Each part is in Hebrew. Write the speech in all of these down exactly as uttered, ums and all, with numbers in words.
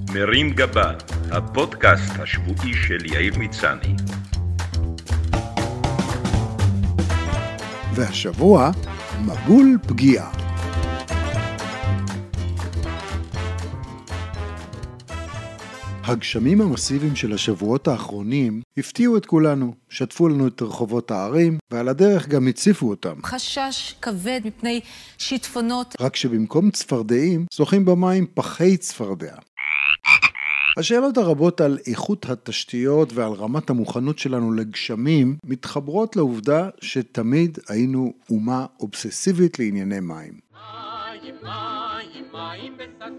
מרים גבה, הפודקאסט השבועי של יאיר מצני. והשבוע, מבול פגיעה. הגשמים המסיביים של השבועות האחרונים הפתיעו את כולנו, שטפו לנו את רחובות הערים, ועל הדרך גם הציפו אותם. חשש כבד מפני שיטפונות. רק שבמקום צפרדעים, זוכים במים פחי צפרדע. השאלות הרבות על איכות התשתיות ועל רמת המוכנות שלנו לגשמים מתחברות לעובדה שתמיד היינו אומה אובססיבית לענייני מים. מים, מים, מים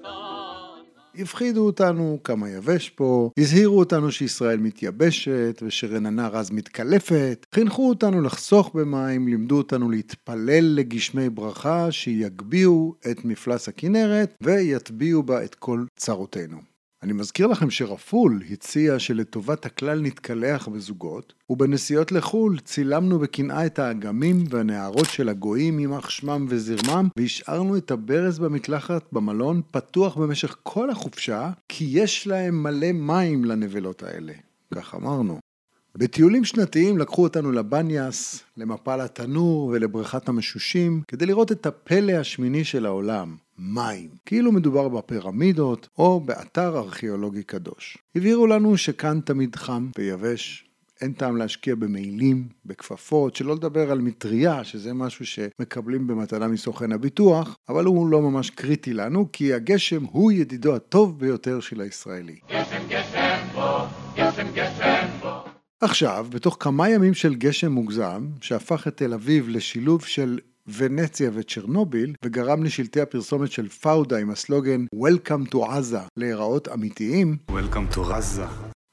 בססון. הפחידו אותנו כמה יבש פה, הזהירו אותנו שישראל מתייבשת ושרננה רז מתקלפת, חינכו אותנו לחסוך במים, לימדו אותנו להתפלל לגשמי ברכה שיגביהו את מפלס הכנרת ויטביעו בה את כל צרותינו. אני מזכיר לכם שרפול הציע שלטובת הכלל נתקלח בזוגות, ובנסיעות לחול צילמנו בקנאה את האגמים והנערות של הגויים יימח שמם וזרמם, והשארנו את הברז במקלחת במלון פתוח במשך כל החופשה, כי יש להם מלא מים לנבלות האלה. כך אמרנו. בטיולים שנתיים לקחו אותנו לבניאס, למפל התנור ולבריכת המשושים, כדי לראות את הפלא השמיני של העולם, מים. כאילו מדובר בפירמידות או באתר ארכיאולוגי קדוש. הבהירו לנו שכאן תמיד חם ויבש, אין טעם להשקיע במעילים, בכפפות, שלא לדבר על מטריה, שזה משהו שמקבלים במתנה מסוכן הביטוח, אבל הוא לא ממש קריטי לנו, כי הגשם הוא ידידו הטוב ביותר של הישראלי. גשם, גשם בו, גשם, גשם בו. עכשיו, בתוך כמה ימים של גשם מוגזם, שהפך את תל אביב לשילוב של ונציה וצ'רנוביל, וגרם לשלטי הפרסומת של פאודה עם הסלוגן Welcome to Gaza להיראות אמיתיים, Welcome to Gaza.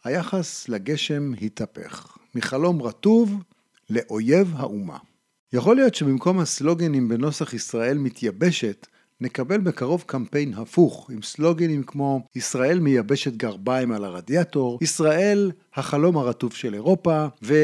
היחס לגשם התהפך, מחלום רטוב לאויב האומה. יכול להיות שבמקום הסלוגנים בנוסח ישראל מתייבשת, נקבל בקרוב קמפיין הפוך, עם סלוגנים כמו ישראל מייבשת גרביים על הרדיאטור, ישראל החלום הרטוב של אירופה,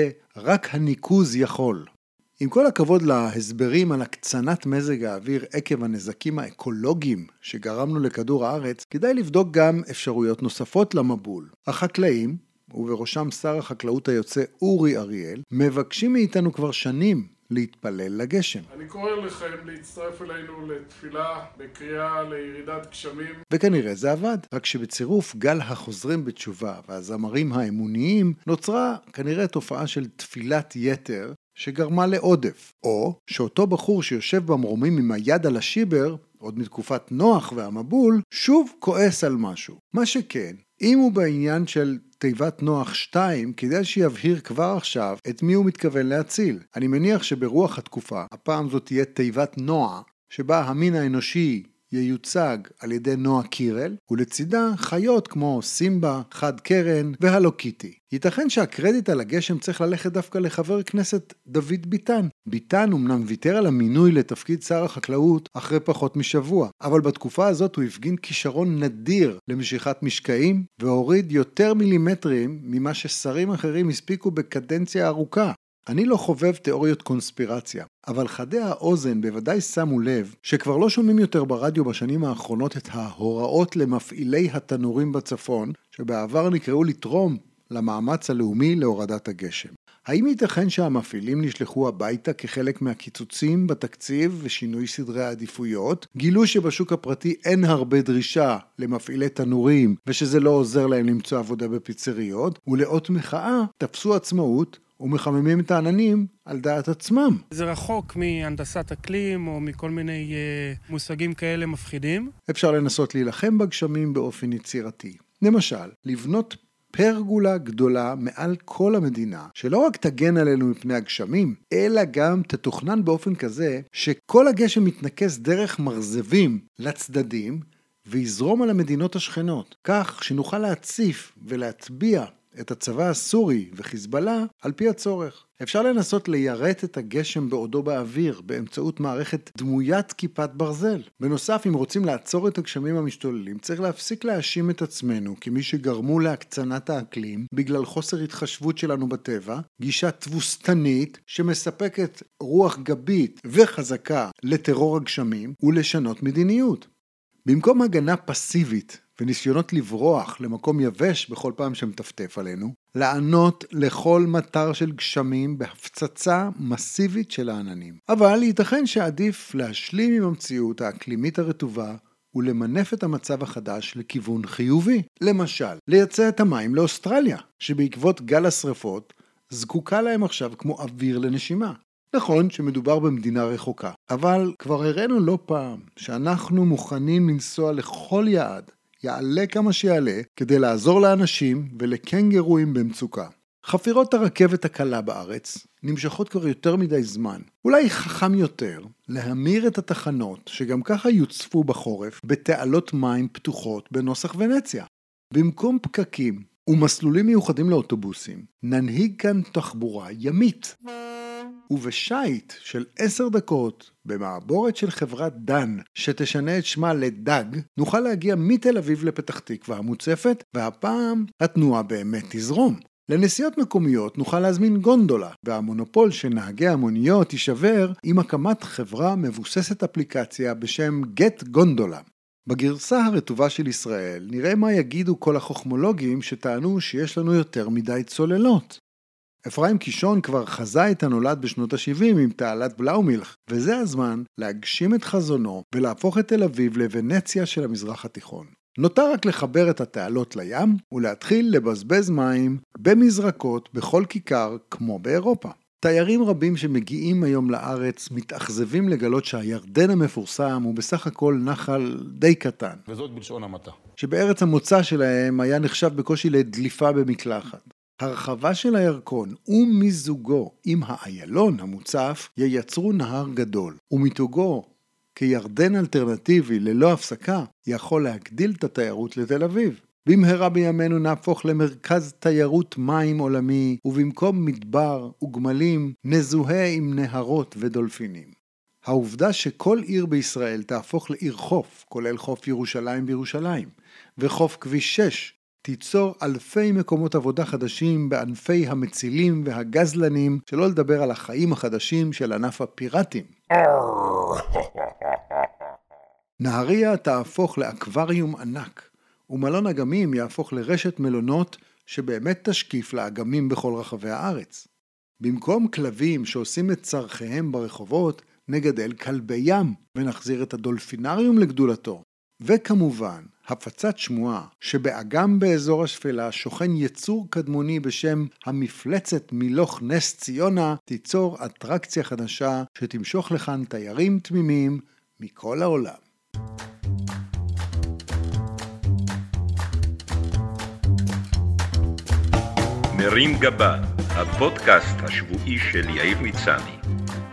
ורק הניקוז יכול. עם כל הכבוד להסברים על הקצנת מזג האוויר עקב הנזקים האקולוגיים שגרמנו לכדור הארץ, כדאי לבדוק גם אפשרויות נוספות למבול. החקלאים, ובראשם שר החקלאות היוצא אורי אריאל, מבקשים מאיתנו כבר שנים להתפלל לגשם. אני קורא לכם להצטרף אלינו לתפילה בקריאה לירידת גשמים. וכנראה זה עבד, רק שבצירוף גל החוזרים בתשובה והזמרים האמוניים נוצרה כנראה תופעה של תפילת יתר שגרמה לעודף, או שאותו בחור שיושב במרומים עם היד על השיבר, עוד מתקופת נוח והמבול, שוב כועס על משהו. מה שכן, אם הוא בעניין של תיבת נוח שתיים, כדאי שיבהיר כבר עכשיו את מי הוא מתכוון להציל. אני מניח שברוח התקופה, הפעם זאת תהיה תיבת נוע, שבה המין האנושי ייוצג על ידי נועה קירל, ולצידה חיות כמו סימבה, חד קרן והלו קיטי. ייתכן שהקרדיט על הגשם צריך ללכת דווקא לחבר כנסת דוד ביטן. ביטן אמנם ויתר על המינוי לתפקיד שר החקלאות אחרי פחות משבוע, אבל בתקופה הזאת הוא הפגין כישרון נדיר למשיכת משקעים, והוריד יותר מילימטרים ממה ששרים אחרים הספיקו בקדנציה ארוכה. אני לא חובב תיאוריות קונספירציה, אבל חדי האוזן בוודאי שמו לב שכבר לא שומעים יותר ברדיו בשנים האחרונות את ההוראות למפעילי התנורים בצפון, שבעבר נקראו לתרום למאמץ הלאומי להורדת הגשם. האם ייתכן שהמפעילים נשלחו הביתה כחלק מהקיצוצים בתקציב ושינוי סדרי העדיפויות, גילו שבשוק הפרטי אין הרבה דרישה למפעילי תנורים ושזה לא עוזר להם למצוא עבודה בפיצריות, ולאות מחאה תפסו עצמאות ומחממים את העננים על דעת עצמם. זה רחוק מהנדסת אקלים או מכל מיני uh, מושגים כאלה מפחידים. אפשר לנסות להילחם בגשמים באופן יצירתי. למשל, לבנות פרגולה גדולה מעל כל המדינה, שלא רק תגן עלינו מפני הגשמים, אלא גם תתוכנן באופן כזה שכל הגשם מתנקס דרך מרזבים לצדדים ויזרום על המדינות השכנות, כך שנוכל להציף ולהטביע את הצבא הסורי וחיזבאללה על פי הצורך. אפשר לנסות ליירט את הגשם בעודו באוויר באמצעות מערכת דמוית כיפת ברזל. בנוסף, אם רוצים לעצור את הגשמים המשתוללים, צריך להפסיק להאשים את עצמנו כמי שגרמו להקצנת האקלים בגלל חוסר התחשבות שלנו בטבע, גישה תבוסתנית שמספקת רוח גבית וחזקה לטרור הגשמים ולשנות מדיניות. במקום הגנה פסיבית וניסיונות לברוח למקום יבש בכל פעם שמטפטף עלינו, לענות לכל מטר של גשמים בהפצצה מסיבית של העננים. אבל ייתכן שעדיף להשלים עם המציאות האקלימית הרטובה ולמנף את המצב החדש לכיוון חיובי. למשל, לייצא את המים לאוסטרליה, שבעקבות גל השרפות זקוקה להם עכשיו כמו אוויר לנשימה. נכון שמדובר במדינה רחוקה, אבל כבר הראינו לא פעם שאנחנו מוכנים לנסוע לכל יעד, יעלה כמה שיעלה, כדי לעזור לאנשים ולקנגרואים במצוקה. חפירות הרכבת הקלה בארץ נמשכות כבר יותר מדי זמן. אולי חכם יותר להמיר את התחנות שגם ככה יוצפו בחורף בתעלות מים פתוחות בנוסח ונציה. במקום פקקים ומסלולים מיוחדים לאוטובוסים, ננהיג כאן תחבורה ימית. ובשייט של עשר דקות במעבורת של חברת דן שתשנה את שמה לדג, נוכל להגיע מתל אביב לפתח תקווה המוצפת, והפעם התנועה באמת תזרום. לנסיעות מקומיות נוכל להזמין גונדולה, והמונופול של נהגי המוניות יישבר עם הקמת חברה מבוססת אפליקציה בשם גט גונדולה. בגרסה הרטובה של ישראל נראה מה יגידו כל החוכמולוגים שטענו שיש לנו יותר מדי צוללות. אפרים קישון כבר חזה את הנולד בשנות ה-שבעים עם תעלת בלאומילך, וזה הזמן להגשים את חזונו ולהפוך את תל אביב לוונציה של המזרח התיכון. נותר רק לחבר את התעלות לים ולהתחיל לבזבז מים במזרקות בכל כיכר כמו באירופה. תיירים רבים שמגיעים היום לארץ מתאכזבים לגלות שהירדן המפורסם הוא בסך הכל נחל די קטן. וזאת בלשון המעטה. שבארץ המוצא שלהם היה נחשב בקושי לדליפה במקלחת. הרחבה של הירקון ומיזוגו עם האיילון המוצף ייצרו נהר גדול, ומתוגו כירדן אלטרנטיבי ללא הפסקה יכול להגדיל את התיירות לתל אביב. במהרה בימינו נהפוך למרכז תיירות מים עולמי, ובמקום מדבר וגמלים נזוהה עם נהרות ודולפינים. העובדה שכל עיר בישראל תהפוך לעיר חוף, כולל חוף ירושלים בירושלים, וחוף כביש שש, תיצור אלפי מקומות עבודה חדשים בענפי המצילים והגזלנים, שלא לדבר על החיים החדשים של ענף הפיראטים. נהריה תהפוך לאקווריום ענק, ומלון אגמים יהפוך לרשת מלונות שבאמת תשקיף לאגמים בכל רחבי הארץ. במקום כלבים שעושים את צרכיהם ברחובות, נגדל כלבי ים ונחזיר את הדולפינריום לגדולתו. וכמובן, הפצת שמועה שבאגם באזור השפלה שוכן יצור קדמוני בשם המפלצת מלוך נס ציונה, תיצור אטרקציה חדשה שתמשוך לכאן תיירים תמימים מכל העולם. מרים גבה, הפודקאסט השבועי של יאיר מצני.